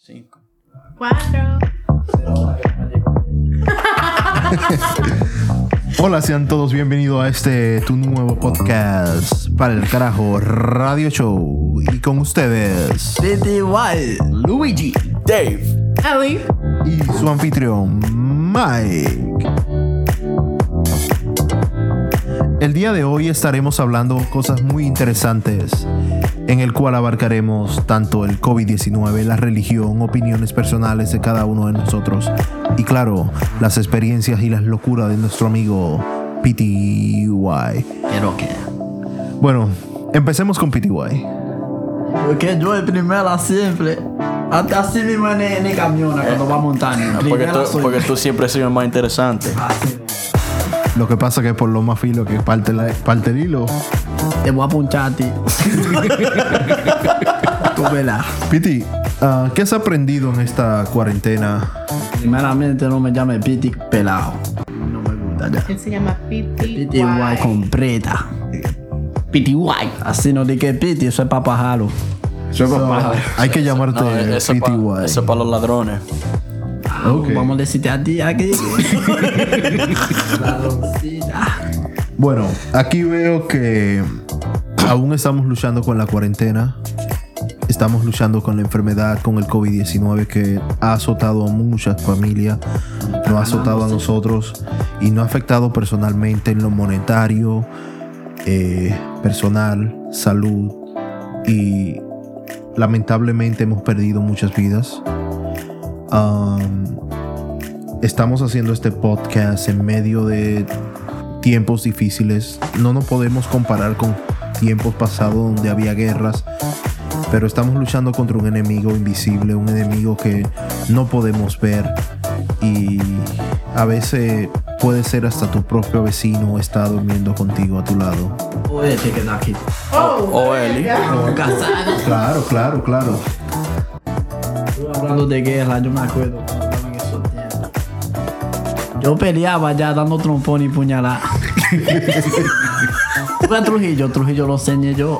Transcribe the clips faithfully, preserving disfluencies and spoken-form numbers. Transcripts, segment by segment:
Cinco. Cuatro. Hola, sean todos bienvenidos a este tu nuevo podcast para el carajo Radio Show. Y con ustedes P T Y, Luigi, Dave Ellie. y su anfitrión Mike. El día de hoy estaremos hablando cosas muy interesantes, en el cual abarcaremos tanto el covid diecinueve, la religión, opiniones personales de cada uno de nosotros y claro, las experiencias y las locuras de nuestro amigo P T Y. quiero que. Bueno, empecemos con P T Y. Porque yo el primero siempre. Hasta así mismo en el, en el camión cuando va montando. porque tú, porque tú siempre has sido el más interesante. Lo que pasa que por lo más filo que parte, la, parte el hilo. Te voy a punchar a ti. Tú verás. P T, uh, ¿qué has aprendido en esta cuarentena? Primeramente no me llame Piti pelado. No me gusta ya. Él se llama P T Y. P T Y completa. P T Y. Así no di que Piti, eso es para pájaro. Eso es para pájaro. Hay que llamarte No, eso P es T para Y. eso es para los ladrones. Ok. Vamos a decirte a ti aquí. Ladroncita. Bueno, aquí veo que aún estamos luchando con la cuarentena. Estamos luchando con la enfermedad, con el covid diecinueve que ha azotado a muchas familias, nos ha azotado a nosotros y nos ha afectado personalmente en lo monetario, eh, personal, salud y lamentablemente hemos perdido muchas vidas. Um, estamos haciendo este podcast en medio de tiempos difíciles. No nos podemos comparar con tiempos pasados donde había guerras, pero estamos luchando contra un enemigo invisible, un enemigo que no podemos ver y a veces puede ser hasta tu propio vecino está durmiendo contigo a tu lado. O este que está aquí. Oh, O Eli. O casado. Claro, claro, claro. Hablando de guerra, yo me acuerdo cuando estaba en esos tiempos. Yo peleaba ya dando trompón y puñalada. Fue a Trujillo, Trujillo lo enseñé yo.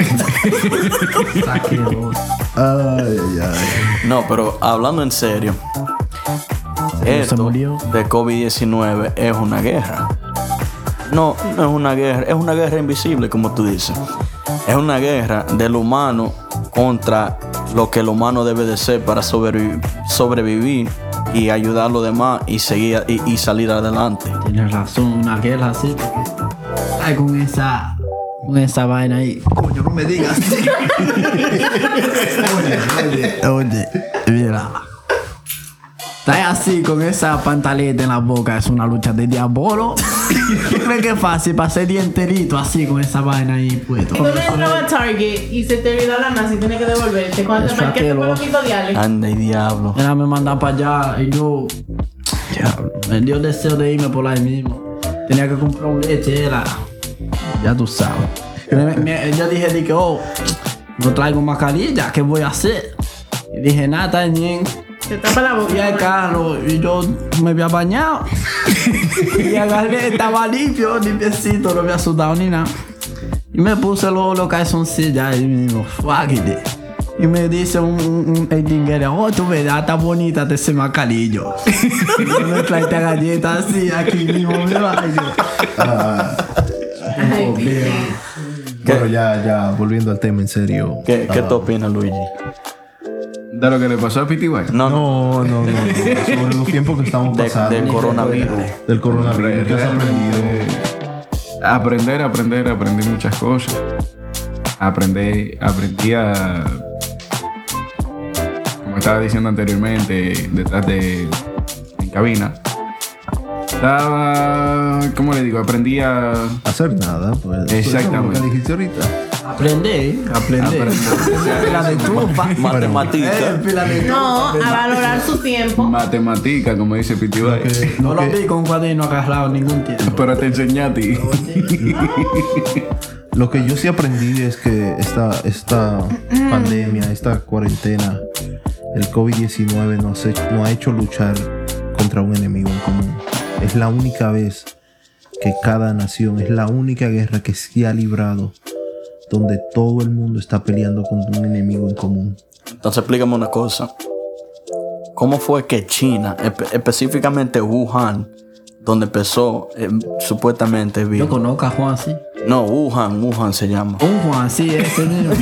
Saqueros. Ay, ay, ay. No, pero hablando en serio, Se esto murió. de covid diecinueve es una guerra. No, no es una guerra, es una guerra invisible, como tú dices. Es una guerra del humano contra lo que el humano debe de ser para sobrevi- sobrevivir y ayudar a los demás y seguir y, y salir adelante. Tienes razón, una guerra así. Porque ay, con esa, con esa vaina ahí. Coño, no me digas. oye, oye, oye, mira. Estás así con esa pantaleta en la boca, es una lucha de diablo. ¿Qué crees que es fácil para ser dienterito así con esa vaina ahí puesto? Y tú me entrabas a Target y se te olvidó la masa y tienes que devolverte. Cuando te Eso marqué por los asqueroso. tutoriales. Anda y diablo. Ella me manda para allá y yo, diablo, me dio el deseo de irme por ahí mismo. Tenía que comprar un leche, era, ya tú sabes. Me- me- yo dije, dije, oh, no traigo mascarilla, ¿qué voy a hacer? Y dije, nada, está bien. Te tapa la boca. Fui al carro y yo me había bañado. Y agarré, estaba limpio, limpiecito, no había sudado ni nada. Y me puse los lo calzoncillos ahí mismo, fuck it. Y me dice un, un, un el dinguero, oh, tú verás, está bonita de ese mascarillo. Y yo me traiste galletas así, aquí mismo, me baño. Ay, P T. Bueno, ya, ya, volviendo al tema en serio. ¿Qué, qué tú opinas, Luigi? ¿De lo que le pasó a P T Y? No, no, No, no, no, no. Sobre los tiempos que estamos de- pasando. del coronavirus. Del coronavirus. ¿Qué has aprendido? Aprender, aprender, aprendí muchas cosas. Aprendí, aprendí a... Como estaba diciendo anteriormente, detrás de... En cabina. Estaba... ¿Cómo le digo? Aprendí a... Hacer nada, pues. Exactamente. Lo que dijiste ahorita. Aprende, aprende. Aprender. Pila de trufa. Matemática. Eh, pila de No, trufa. a valorar su tiempo. Matemática, como dice P T Y. Que- No lo lo que- vi con un cuaderno agarrado ningún tiempo. Pero te enseñé a ti. Lo que yo sí aprendí es que esta, esta pandemia, esta cuarentena, el covid diecinueve nos, he- nos ha hecho luchar contra un enemigo en común. Es la única vez que cada nación, es la única guerra que se ha librado donde todo el mundo está peleando contra un enemigo en común. Entonces explícame una cosa. cómo fue que China, espe- específicamente Wuhan, donde empezó eh, supuestamente el Yo virus. conozco a Juan, sí. No, Wuhan, Wuhan se llama. Un Juan, sí, ese mismo.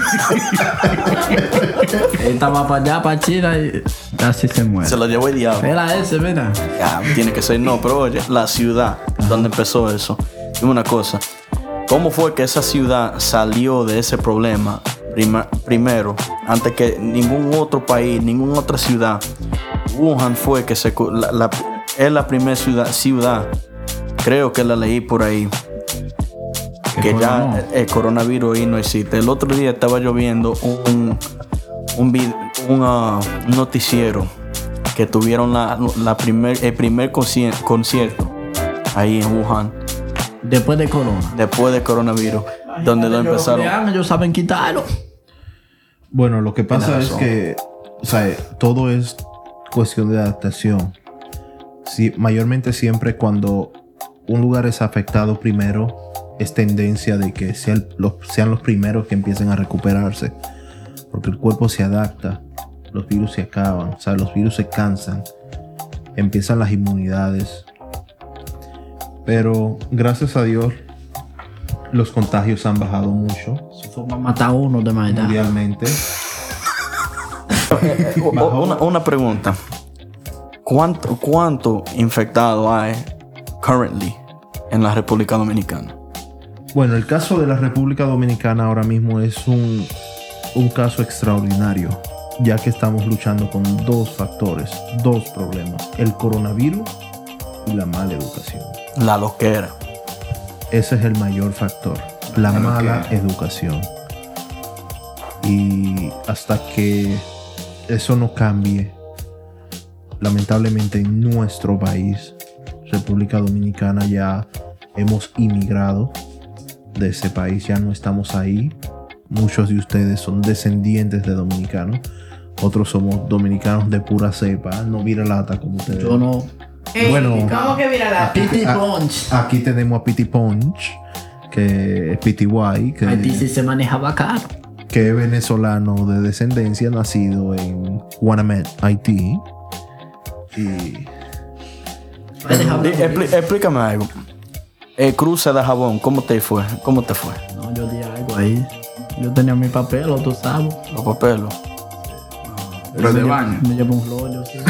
Él estaba para allá, para China y casi se muere. Se lo llevó el diablo. Era ese, mira. Ya, tiene que ser no, pero oye, la ciudad donde empezó eso. Dime una cosa, ¿cómo fue que esa ciudad salió de ese problema prima- primero, antes que ningún otro país, ninguna otra ciudad? Wuhan fue que se... cu- La, la- es la primera ciudad, ciudad, creo que la leí por ahí, que ya el, el coronavirus ahí no existe. El otro día estaba yo viendo un, un, vid- un, ah, un noticiero que tuvieron la, la primer, el primer concien- concierto ahí en Wuhan, Después de Corona. después del coronavirus, donde lo Ellos empezaron. crean, Ellos saben quitarlo. Bueno, lo que pasa Tienes es razón. que, o sea, todo es cuestión de adaptación. Sí, mayormente siempre cuando un lugar es afectado primero, es tendencia de que sean los, sean los primeros que empiecen a recuperarse. Porque el cuerpo se adapta, los virus se acaban, o sea, los virus se cansan, empiezan las inmunidades. Pero gracias a Dios, los contagios han bajado mucho Si fue para matar a uno de maldad. mundialmente. O- o- una, una pregunta. ¿Cuánto, ¿Cuánto infectado hay currently en la República Dominicana? Bueno, el caso de la República Dominicana ahora mismo es un, un caso extraordinario, ya que estamos luchando con dos factores, dos problemas, el coronavirus y la mala educación. La loquera. Ese es el mayor factor, la mala educación. Y hasta que eso no cambie, lamentablemente en nuestro país, República Dominicana, ya hemos inmigrado de ese país, ya no estamos ahí. Muchos de ustedes son descendientes de dominicanos, otros somos dominicanos de pura cepa, no vira lata como ustedes. Yo no. Ey, Bueno. ¿Cómo que mira la Aquí, Piti a- Punch. aquí tenemos a Piti Punch, que es Piti Guay, que, Haití sí se manejaba caro. que es venezolano de descendencia, nacido en Guanamet, Haití. Y Di- expli- explícame algo. El cruce de jabón, ¿cómo te fue? ¿Cómo te fue? No, yo di algo ahí. Yo tenía mi papel, tú sabes. Los papeles. Pero de baño. Me llevo un rollo, sí.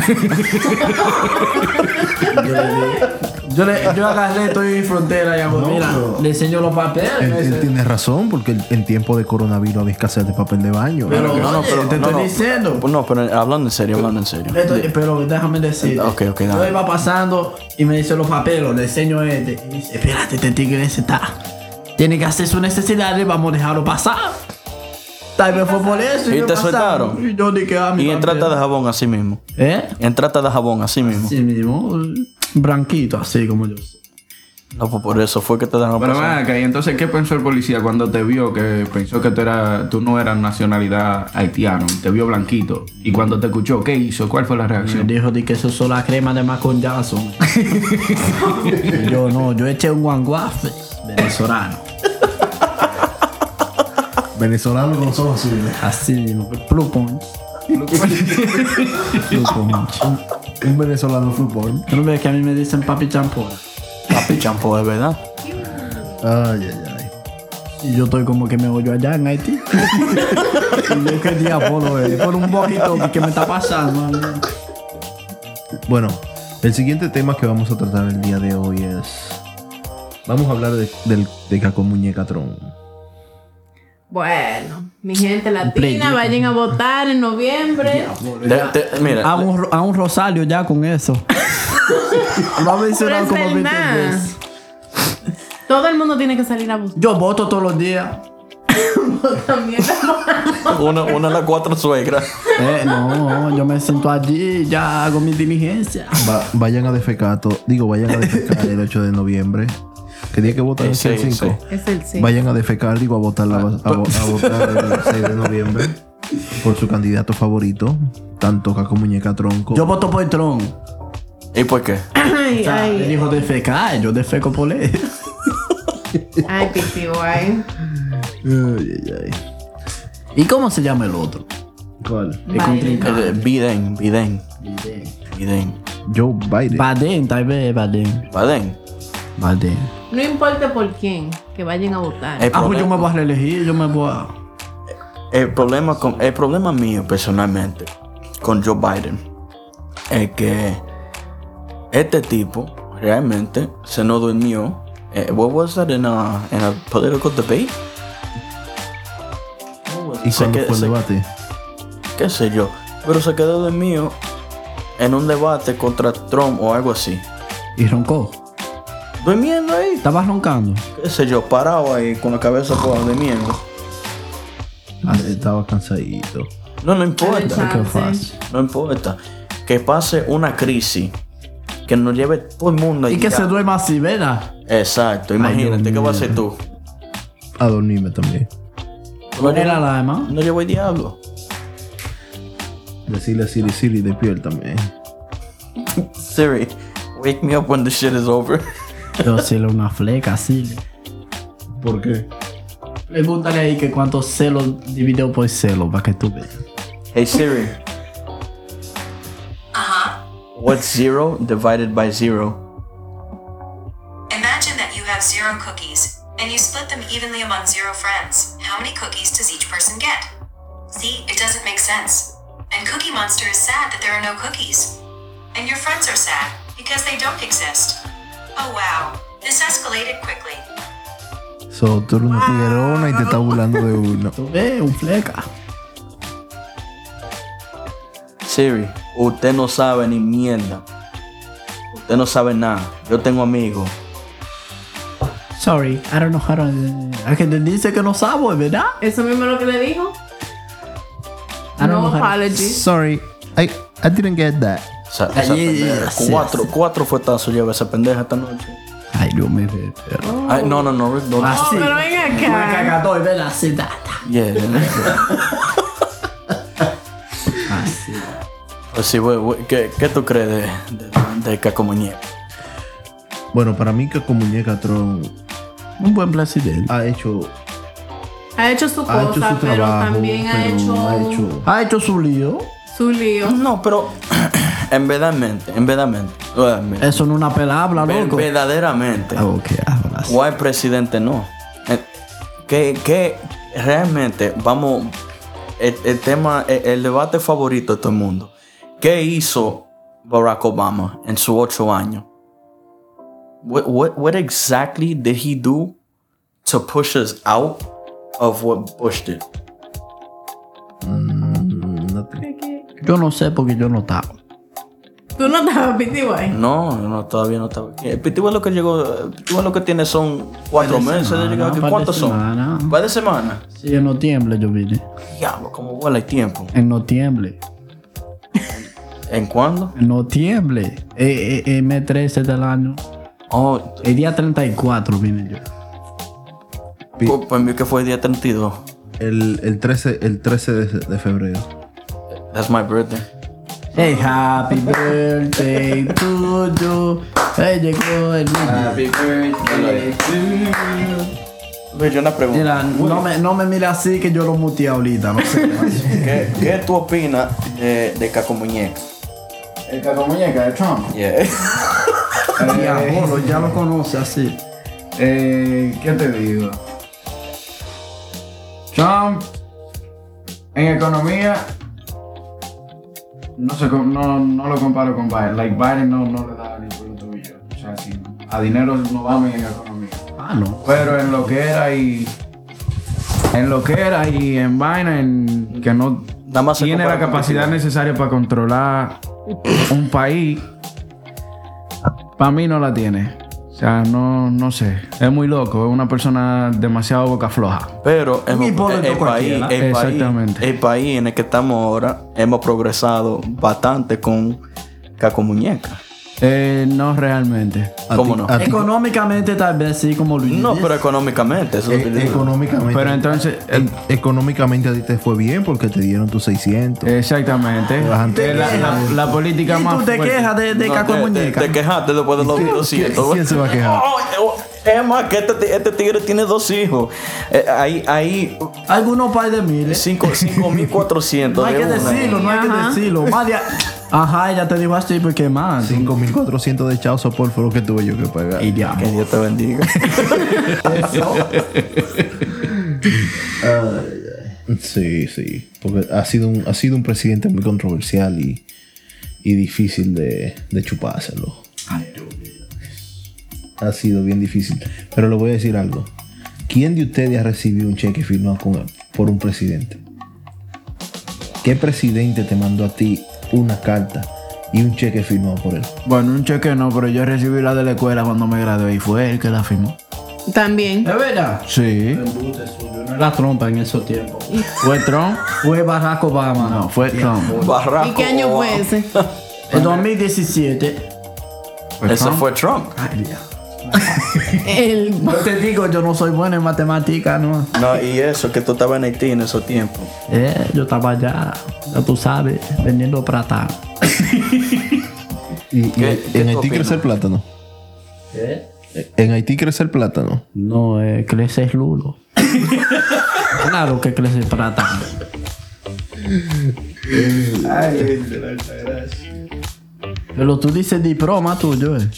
yo, le di- yo, le, yo agarré, estoy en frontera y hago, No, mira, pero- le enseño los papeles. él, me él dice, tiene razón, porque en tiempo de coronavirus había escasez de papel de baño. Pero, No, no, oye, pero te no, estoy no. diciendo. No, pero hablando en serio, hablando en serio. Estoy- pero déjame decir. Ok, ok, dale. Yo iba pasando y me dice los papeles, le enseño este. Y dice, espérate, este tigre ese está. Tiene que hacer sus necesidades, vamos a dejarlo pasar. Tal vez fue por eso. ¿Y me te pasaron. soltaron? Y yo dije, ah, mi Y en papel. trata de jabón así mismo. ¿Eh? En trata de jabón así mismo. Así mismo. Branquito, así como yo soy. No, pues por eso fue que te dejaron Pero pasar. ven acá, y entonces, ¿qué pensó el policía cuando te vio que pensó que tú, era, tú no eras nacionalidad haitiano? Te vio blanquito. Y cuando te escuchó, ¿qué hizo? ¿Cuál fue la Me reacción? dijo de que eso son la crema de Macon Jackson. Y yo no, yo eché un guanguafe venezolano. Venezolanos no son azules. Así mismo, Blue Punch. Blue Punch. Un venezolano fútbol. ¿Tú no ves que a mí me dicen papi champora? Papi champú, de verdad. Ay, ay, ay. Y yo estoy como que me oyo allá en Haití. Y yo qué diablo es. Por un poquito que me está pasando. Bueno, el siguiente tema que vamos a tratar el día de hoy es... Vamos a hablar de, del, de Caco Muñecatrón. Bueno, mi gente latina, playito. vayan a votar en noviembre. De- de- mira, A un, a un rosario ya con eso. Lo ha Pero mencionado es como veinte verdad. veces. Todo el mundo tiene que salir a votar. Yo voto todos los días. También. una, una de las cuatro suegras. Eh, no, yo me siento allí y ya hago mi diligencia. Va- vayan a defecar, to- digo, vayan a defecar el ocho de noviembre. ¿Qué día que votan? El ¿Es el seis, cinco? Es el sí. Vayan a defecar, digo, a votar, la- a, vo- a votar el seis de noviembre por su candidato favorito, tanto Caco Muñecatrón como... Yo voto por el tron. ¿Y por qué? Ay, O sea, él ay, dijo defecar, yo defeco por él. ay, Pipi, guay. Ay, ay, ay. ¿Y cómo se llama el otro? ¿Cuál? El Biden. contrincante. Eh, Biden, Biden. Biden. Biden. Joe Biden. Biden, tal vez Biden. Biden. Biden. No importa por quién, que vayan a votar. El Ah, pues yo problema- me voy a reelegir, yo me voy a... El problema, con, el problema mío personalmente con Joe Biden es que este tipo realmente se nos durmió. Eh, what was that in a, in a political debate? ¿Y Se cuándo que- fue el se- debate? Qué sé yo, pero se quedó dormido en un debate contra Trump o algo así. Y roncó. Durmiendo ahí, Estaba roncando. qué sé yo, parado ahí con la cabeza coja durmiendo. Ah, estaba cansadito. No, no Dale importa. chance. Qué fácil. No importa. Que pase una crisis que nos lleve todo el mundo Y que allá. se duerma así, ¿verdad? Exacto, imagínate, Dios ¿qué vas a mío. hacer tú? A dormirme también. No El llevo, alarma. no llevo el diablo. Decirle a Siri, Siri, despiértame. Siri, wake me up when the shit is over. Yo hacerle una fleca así. ¿Por qué? Pregúntale ahí que cuántos celos dividido por celo para que tú veas. Hey Siri. What's zero divided by zero? Imagine that you have zero cookies, and you split them evenly among zero friends. How many cookies does each person get? See, it doesn't make sense. And Cookie Monster is sad that there are no cookies. And your friends are sad because they don't exist. Oh wow, this escalated quickly. So, tú eres una tiguerona y te estás burlando de uno. Tú ves, un fleca. Siri, usted no sabe ni mierda. Usted no sabe nada. Yo tengo amigos. Sorry, I don't know how to... A que te dice que no sabe, ¿verdad? Eso mismo es lo que le dijo. I don't No know how- apology. Sorry, I, I didn't get that. Esa, esa Ay, pendeja. yes, cuatro, yes. cuatro fuetazos lleva esa pendeja esta noche. Ay, Dios mío, pero... Ay, no, no, no, Rick, no. Así. pero ven acá. Una cagador, ¿verdad? Así, ta, ta. Yeah, Así. pues sí, güey, güey, ¿qué, ¿qué tú crees de, de, de Caco Muñeca? Bueno, para mí que como muñeca Trump Un buen presidente. ha hecho, Ha hecho su ha hecho cosa, su pero trabajo, también ha pero hecho, ha hecho... Ha hecho su lío. su lío. No, pero en verdadmente, en verdadmente, en Eso no es una pelabra, loco. verdaderamente, Ah, ok, ahora sí. ¿cuál presidente no? Eh, Que, que realmente, vamos, el, el tema, el, el debate favorito de todo el mundo. ¿Qué hizo Barack Obama en sus ocho años? What, what, what exactly did he do to push us out of what Bush did? Mm, nothing. Yo no sé porque yo no estaba. Tú no estabas P T Y. No, no, todavía no estaba aquí. El Pitiguá lo que llegó, el Pitiguá lo que tiene son cuatro Par de meses de semanas, llegar aquí. par de ¿Cuántos son? semanas. ¿Par de semana? Sí, en noviembre yo vine. Diablo, como vuela el tiempo. En noviembre. ¿En cuándo? En noviembre. Eh, eh, M trece del año. Oh, El día treinta y cuatro vine yo. pues, pues vi que fue el día treinta y dos. El, el trece, el trece de, de febrero. That's my birthday. Hey, happy birthday to you. Hey, llegó el niño. birthday to you. Luis, yo una pregunta. Mira, no me, no me mire así que yo lo muteé ahorita, no sé. ¿Qué, ¿Qué tú opinas de, de Caco Muñeca? El caco muñeca de Trump. Yeah. Diablo, ya lo conoce así. Eh, ¿Qué te digo? Trump en economía no, se, com- no, no lo comparo con Biden. Like Biden no, no le da ni por un tobillo. O sea, sí, a dinero no vamos en economía. Ah, no. Pero en lo que era y en lo que era y en vaina en que no Nada más se tiene la compara con capacidad Pitiguá. necesaria para controlar un país, para mí no la tiene. O sea, no, no sé. Es muy loco. Es una persona demasiado boca floja. Pero Ni hemos- por el, dentro el país, cualquiera. el, país, Exactamente. el país en el que estamos ahora hemos progresado bastante con Caco Muñeca. Eh, no realmente. A ¿Cómo ti- no? a ti- Económicamente tal vez sí, como Luis No, dice. pero económicamente, eso es lo que e- yo digo. económicamente. Pero entonces, e- económicamente a ti te fue bien porque te dieron tus seiscientos. exactamente. Bastante. Eh, la, la- la política ¿Y más tú te fuerte. quejas de, de No, caco te, te, muñeca? te quejaste después de los doscientos. ¿Quién se va a quejar? Oh, oh, es más, que este, ti- este tigre tiene dos hijos. Eh, ahí, ahí, Algunos par de miles. cinco mil cuatrocientos. No hay que decirlo, no hay que Ajá. decirlo. Más de, Ajá, ella te dijo así porque más. cinco mil cuatrocientos de chao support fue lo que tuve yo que pagar. Y ya. Que Dios te bendiga. Sí, sí. Porque ha sido un, ha sido un presidente muy controversial y, y difícil de, de chupárselo. Ha sido bien difícil. Pero le voy a decir algo. ¿Quién de ustedes ha recibido un cheque firmado con, por un presidente? ¿Qué presidente te mandó a ti una carta y un cheque firmado por él? Bueno, un cheque no, pero yo recibí la de la escuela cuando me gradué y fue él que la firmó. También. ¿Es verdad? Sí. La trompa en esos tiempos. ¿Fue Trump? Fue Barack Obama. No, fue Trump. Barraco. ¿Y qué año fue ese? En dos mil diecisiete. ¿Fue Ese Trump? fue Trump. Ay, ya. El... Yo te digo, yo no soy bueno en matemáticas, ¿no? No, y eso, que tú estabas en Haití en esos tiempos. Eh, yo estaba allá, ya tú sabes, vendiendo plata. ¿Y, y ¿Qué- qué en tú Haití opinas? crece el plátano? ¿Eh? En Haití crece el plátano. No, eh, crece el lulo. Claro que crece el plátano. Pero tú dices diploma tuyo, eh.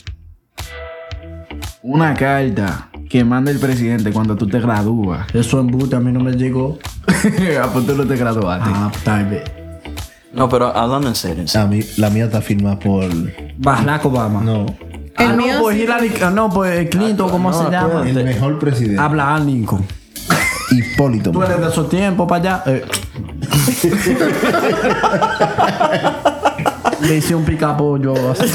Una carta que manda el presidente cuando tú te gradúas. Eso en boot a mí no me llegó. Ah, pues tú no te graduaste. Ah, tal vez. No, pero hablando en serio. en serio. A mí, la mía está firmada por... Barack Obama. No. Ah, El no, mío pues sí. Hillary, ah, no, pues Clinton, ¿cómo no, se llama? acuérdate. El mejor presidente. Abraham Lincoln. Hipólito. Tú eres de esos tiempos para allá. Eh. Le hice un picapollo así.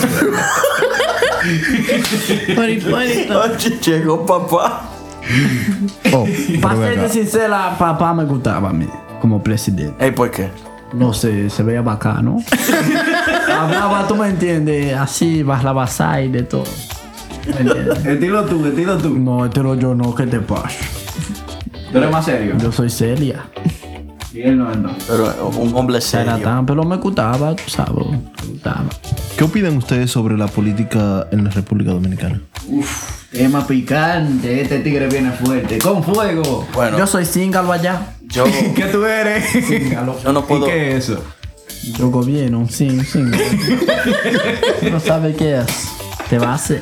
Por Hipólito. Oye, llegó papá. Oh, Para pero ven serte acá. sincera, papá me gustaba a mí como presidente. Ey, ¿por qué? No sé, se veía bacano. Hablaba, tú me entiendes, así, barrabasá y de todo. ¿Me entiendes? Estilo tú, estilo tú. No, este no yo no, ¿qué te pasa? ¿Tú eres más serio? Yo soy Celia. Y él no, no. Pero un hombre Era serio. tan, pero me gustaba, tú sabes, me gustaba. ¿Qué opinan ustedes sobre la política en la República Dominicana? Tema picante, este tigre viene fuerte. ¡Con fuego! Bueno, Yo soy cíngalo allá. yo, ¿Qué tú eres? Cíngalo. yo no ¿Y puedo. qué es eso? Yo gobierno, sí, sí. No sabe qué es. Te va a hacer.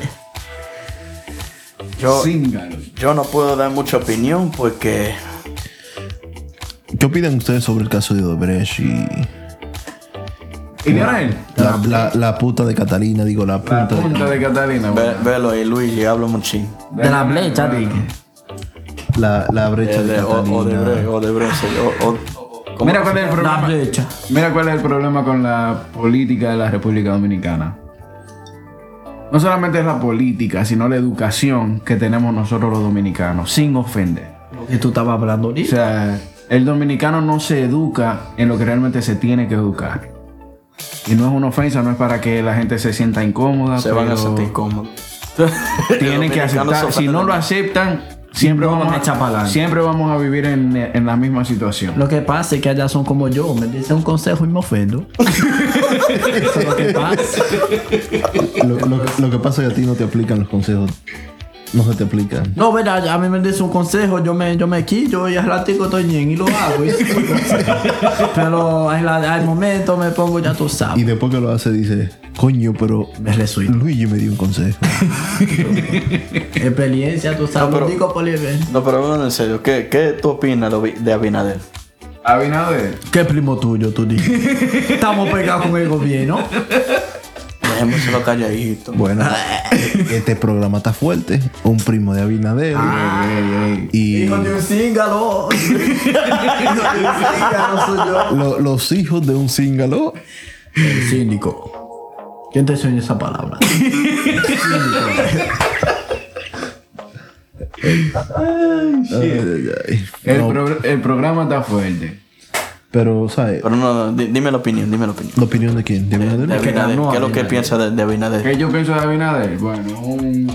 Yo, Cíngalo. yo no puedo dar mucha opinión porque ¿Qué opinan ustedes sobre el caso de Odebrecht y ¿Y Leonel? la, la, la puta de Catalina? Digo, la punta, La punta de, de Catalina. ve, bueno. velo ahí, Luis, y hablo muchísimo. De la blecha, dije. la, la brecha de, De, de, o- Catalina. Odebrecht, Odebrecht, sí, o- o- ¿cómo? Mira cuál es el La problema. blecha. Mira cuál es el problema con la política de la República Dominicana. No solamente es la política, sino la educación que tenemos nosotros los dominicanos, sin ofender. Lo que tú estabas hablando O ahorita. sea, el dominicano no se educa en lo que realmente se tiene que educar. Y no es una ofensa, no es para que la gente se sienta incómoda. Se van a pero sentir cómodos. Tienen que aceptar. Si no lo aceptan, siempre No, vamos, me echa pa'lante. a, siempre vamos a vivir en, en la misma situación. Lo que pasa es que allá son como yo. Me dicen un consejo y me ofendo. Eso es lo que pasa. Lo, lo- lo que pasa es que a ti no te aplican los consejos. No se te aplican. No, verdad, a mí me dice un consejo, yo me, yo me quillo y al ratico estoy bien y lo hago. y- Pero al, al momento me pongo, ya tú Y sabes. después que lo hace, dice, coño, pero Me resuelto. Luigi me dio un consejo. Experiencia, tú sabes. No, pero- lo digo por libre. No, pero hablando en serio, ¿qué, qué tú opinas de Abi- de Abinader? Abinader. ¿Qué primo tuyo tú dices? Estamos pegados con el gobierno. Dejémoselo calladito. Bueno, este programa está fuerte. Un primo de Abinader. Y Hijo de un cíngalo. Hijo de un cíngalo soy yo. lo- los hijos de un cíngalo. El cínico. ¿Quién te enseñó esa palabra? Ay, ay, ay. El, No, pro- el programa está fuerte. pero, ¿sabes? Pero no, no, di- dime la opinión, dime la opinión. ¿La opinión de quién? ¿De Abinader? De Abinader, ganó ¿qué es lo que Abinader. piensa de, de Abinader? ¿Qué yo pienso de Abinader? Bueno, un...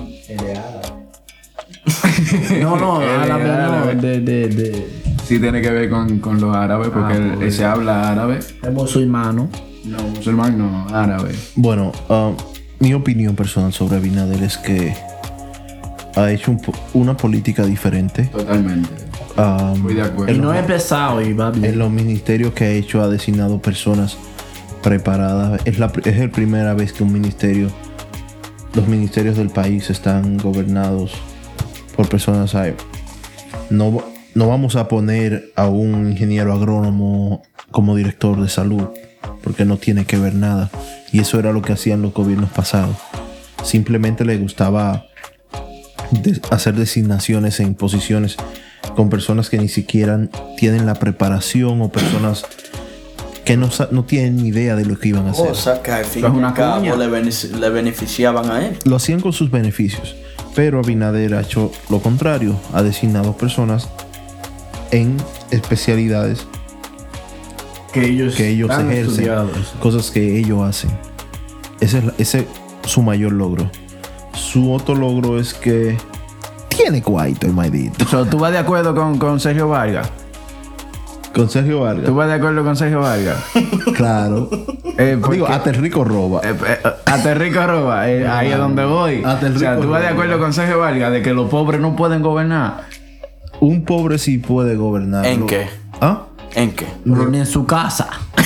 No, no, Él es árabe no. árabe. De, de, de. Sí tiene que ver con, con los árabes, porque Ah, él, pues. él se habla árabe. Es musulmano. No, musulmán no, árabe. Bueno, ah, mi opinión personal sobre Abinader es que ha hecho un po- una política diferente. Totalmente. Ah, Estoy de acuerdo. Y no he empezado y va en bien. los ministerios que ha hecho ha designado personas preparada. Es la es la primera vez que un ministerio, los ministerios del país están gobernados por personas, ¿sabes? No, no vamos a poner a un ingeniero agrónomo como director de salud, porque no tiene que ver nada. Y eso era lo que hacían los gobiernos pasados. Simplemente les gustaba de hacer designaciones en posiciones con personas que ni siquiera tienen la preparación o personas que no, no tienen ni idea de lo que iban a hacer. O sea, que al fin y Es una al cabo cuña. le, bene- le beneficiaban a él. Lo hacían con sus beneficios, pero Abinader ha hecho lo contrario. Ha designado personas en especialidades Que ellos, que ellos han ejercen, estudiado. cosas que ellos hacen. Ese es, la- ese es su mayor logro. Su otro logro es que tiene cuarto el maidito. So, ¿tú vas de acuerdo con, con Sergio Vargas? Con Sergio Vargas. ¿Tú vas de acuerdo con Sergio Vargas? Claro. Eh, porque- Digo, hasta el rico roba. Eh, eh, hasta rico roba, eh, ahí es donde voy. Hasta el O sea, rico tú vas de roba. acuerdo con Sergio Vargas de que los pobres no pueden gobernar. Un pobre sí puede gobernar. ¿En qué? ¿Ah? ¿En qué? Pero ni en su casa.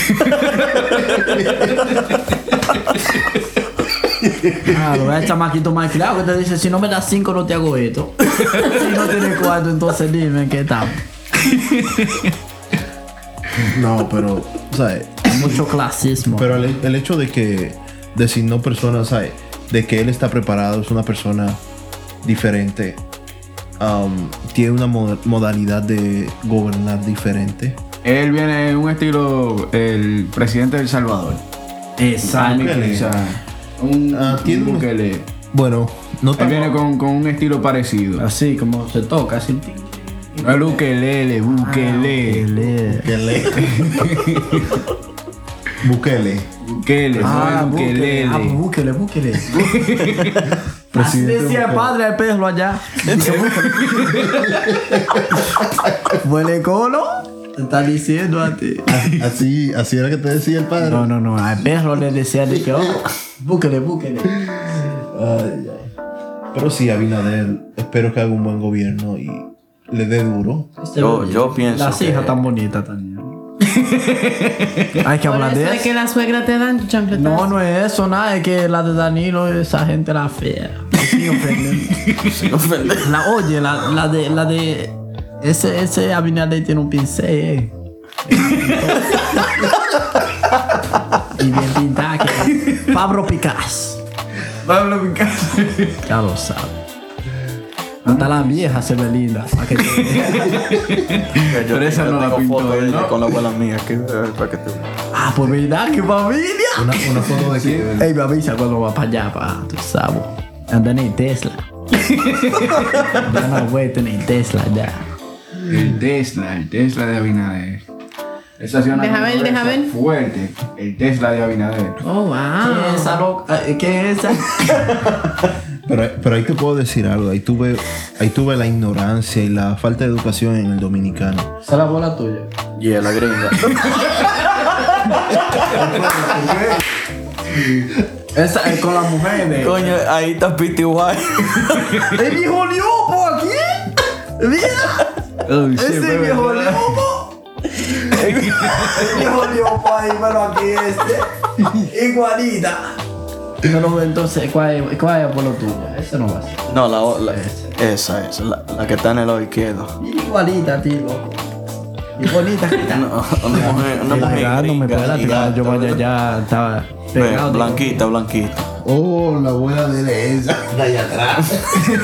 Claro, es el chamaquito más claro que te dice, si no me das cinco no te hago esto. Si no tienes cuarto, entonces dime qué tal. No, pero, ¿sabes? Mucho clasismo. Pero el, el hecho de que designó personas, ¿sabes? De que él está preparado, es una persona diferente. Um, tiene una mo- modalidad de gobernar diferente. Él viene en un estilo, el presidente de El Salvador. Exacto. O sea, un, Ah, tiene un un- Bukele. Bueno, no Él tan... viene con, con un estilo parecido. Así como se toca, así. No es ukelele, Bukele. Bukele. Bukele. Bukele, Ah, no es búsquele, ah, ukelele. búsquele, búsquele. Así Presidente decía el Bukele. padre del perro allá. ¿Huele colo? Te está diciendo a ti. Así, así era que te decía el padre. No, no, no. Al perro le decía de que, oh, búsquele, búsquele. Ay, ay. Pero sí, Abinader, espero que haga un buen gobierno y le dé duro. Yo, yo pienso Las que... hijas tan bonitas también. Hay que Por hablar eso de es eso. que la suegra te dan tu chancletazo. No, no es eso, nada. Es que la de Danilo, esa gente la fea. Sí, ofenden. Sin ofender. La oye, la, la de la de ese ese Abinader tiene un pincel, eh. Y bien pintada que Pablo Picasso. Pablo Picasso. Ya lo sabe. Hasta la vieja se ve linda. Pa' que te- Yo, Pero esa yo no la tengo pintó fotos de él, ella ¿no? con la abuela mía que, eh, para que tú... Ah, pues verdad, qué familia. Una, una foto de que... Ey, me avisa cuando va para allá, pa, tú sabes. Anda en el Tesla. Ya no voy a tener Tesla ya. El Tesla, el Tesla de Abinader. Esa ha sido una Deja ver, controversia deja ver. fuerte. El Tesla de Abinader. Oh, ¿Qué wow. es esa loca? Eh, ¿Qué es esa? Pero, pero ahí te puedo decir algo. Ahí tuve, ahí tuve la ignorancia y la falta de educación en el dominicano. Esa es la bola tuya. Y la gringa. Esa es con las mujeres. Coño, ahí está P T Y. ¡El viejo Leopo aquí! ¡Mira! ¡Ese viejo Leopo! ¡El viejo Leopo ahí, pero aquí este. Igualita. Pero entonces, ¿cuál es, cuál es por lo tuyo? Ese no va a ser. No, la, o- la esa, esa, la, la que está en el ojo izquierdo. Igualita a ti, loco. Y bonita que está. No, una mujer, una mujer Pegándome, gringa, espérate, gigante, yo vaya ya estaba Ve, pegado. blanquita, blanquita. Oh, la abuela de esa. De allá atrás.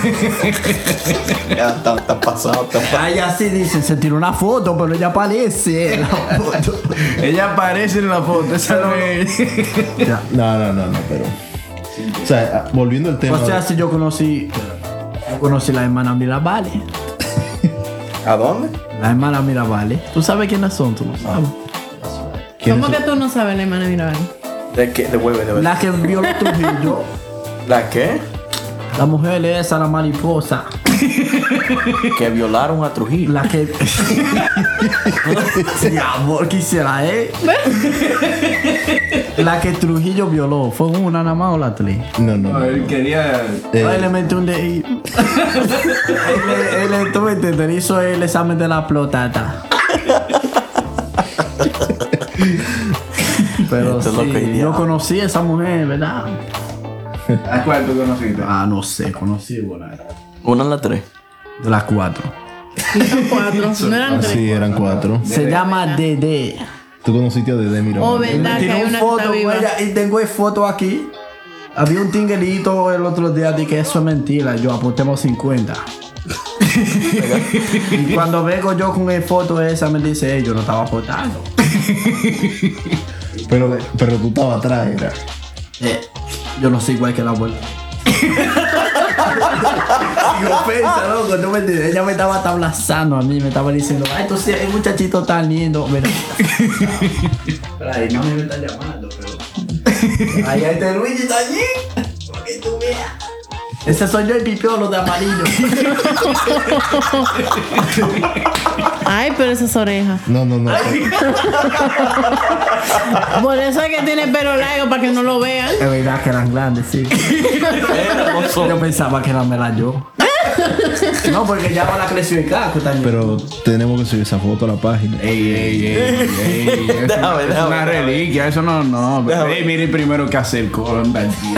Ya está, está pasado, está pasado. Ay, así dicen, se tiró una foto, pero ella aparece en la foto. Ella aparece en la foto, esa no es. No, no, no, no, pero... O sea, volviendo al tema... O sea, si yo conocí, yo conocí la hermana Mirabale. ¿A dónde? La hermana Mirabale. ¿Tú sabes quiénes son? ¿Tú lo sabes? ¿quiénes ¿Cómo son? que tú no sabes la hermana Mirabal? ¿De qué? De hueve, de hueve. La que violó Trujillo. ¿La qué? La mujer esa, la mariposa. Que violaron a Trujillo. La que... Sí, amor, quisiera, ¿eh? La que Trujillo violó. ¿Fue una nada más o la tres? No, no, No, no. él quería. Eh, Ay, le metió un dedito. él, él, tú me entiendes, él hizo el examen de la plotata. Pero Esto es lo que sí, hay yo diablo. conocí a esa mujer, ¿verdad? ¿A cuál tú conociste? Ah, no sé, conocí una. Una en la tres. De las cuatro. Son cuatro. No eran tres. Sí, eran cuatro. Se llama Dede. Tú conociste a Dede Mirabal. Oh, verdad que Tiré hay una una que está foto viva. con ella y tengo foto aquí. Había un tinguelito el otro día de que eso es mentira. Yo apostemos cincuenta. Y cuando vengo yo con el foto esa me dice, "Ey, yo no estaba apostando." Pero, pero tú estabas atrás, era. Eh, yo no soy igual que la abuela. Sin ofensa, loco, no me entiendes. Ella me estaba tablazando a mí, me estaba diciendo, ay, tú sí, el muchachito tan lindo, ¿verdad? Pero ahí mami me está llamando, pero. Ahí este Luigi está allí. Para que tú veas. Ese soy yo, el pipiolo de amarillo. Ay, pero esas orejas. No, no, no. Por eso es que tiene pelo largo para que no lo vean. Es verdad que eran grandes, sí. Yo pensaba que era mera yo. No, porque ya ahora creció el caco también. Pero tenemos que subir esa foto a la página. Ey, ey, ey, ey, ey, eso Déjame, es déjame, una déjame. reliquia, eso no, no. Ey, mire primero que hacer con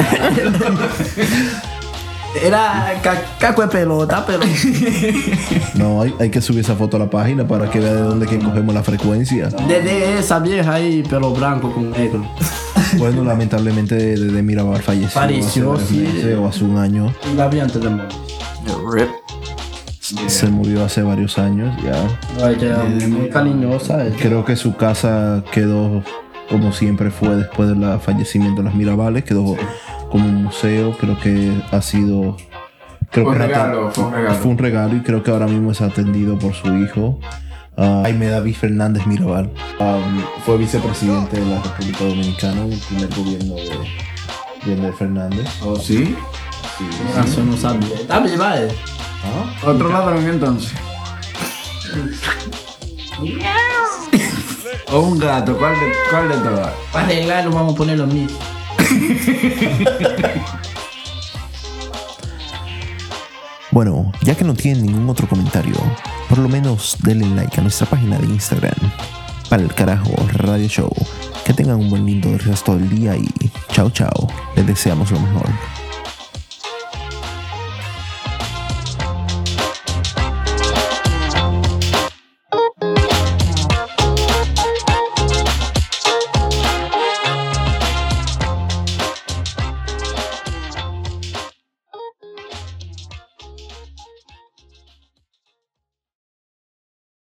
Era ca- caco de pelota, pero. No, hay, hay que subir esa foto a la página para que vea de dónde que cogemos la frecuencia. Desde esa vieja ahí, pelo blanco con negro. Bueno, lamentablemente Dede Mirabal falleció. Falleció, hace sí. varios meses o hace un año. Y la vi antes de morir. Rip. Se murió hace varios años ya. Ella era muy cariñosa. eh. Creo que su casa quedó como siempre fue después del fallecimiento de las Mirabales. Quedó como un museo. Creo que ha sido... Creo Fue un que regalo, fue un regalo. Fue un regalo y creo que ahora mismo es atendido por su hijo. ah, Jaime David Fernández Mirabal. Um, fue vicepresidente de la República Dominicana en el primer gobierno de, de Leonel Fernández. ¿Oh, sí? Eso no sabía. Está viva, eh. Otro ladrón entonces. O un gato, ¿cuál de, cuál de todas? Para arreglarlo vamos a poner los mismos. Bueno, ya que no tienen ningún otro comentario, por lo menos denle like a nuestra página de Instagram. Para el carajo, Radio Show. Que tengan un buen lindo resto del día y chao chao. Les deseamos lo mejor.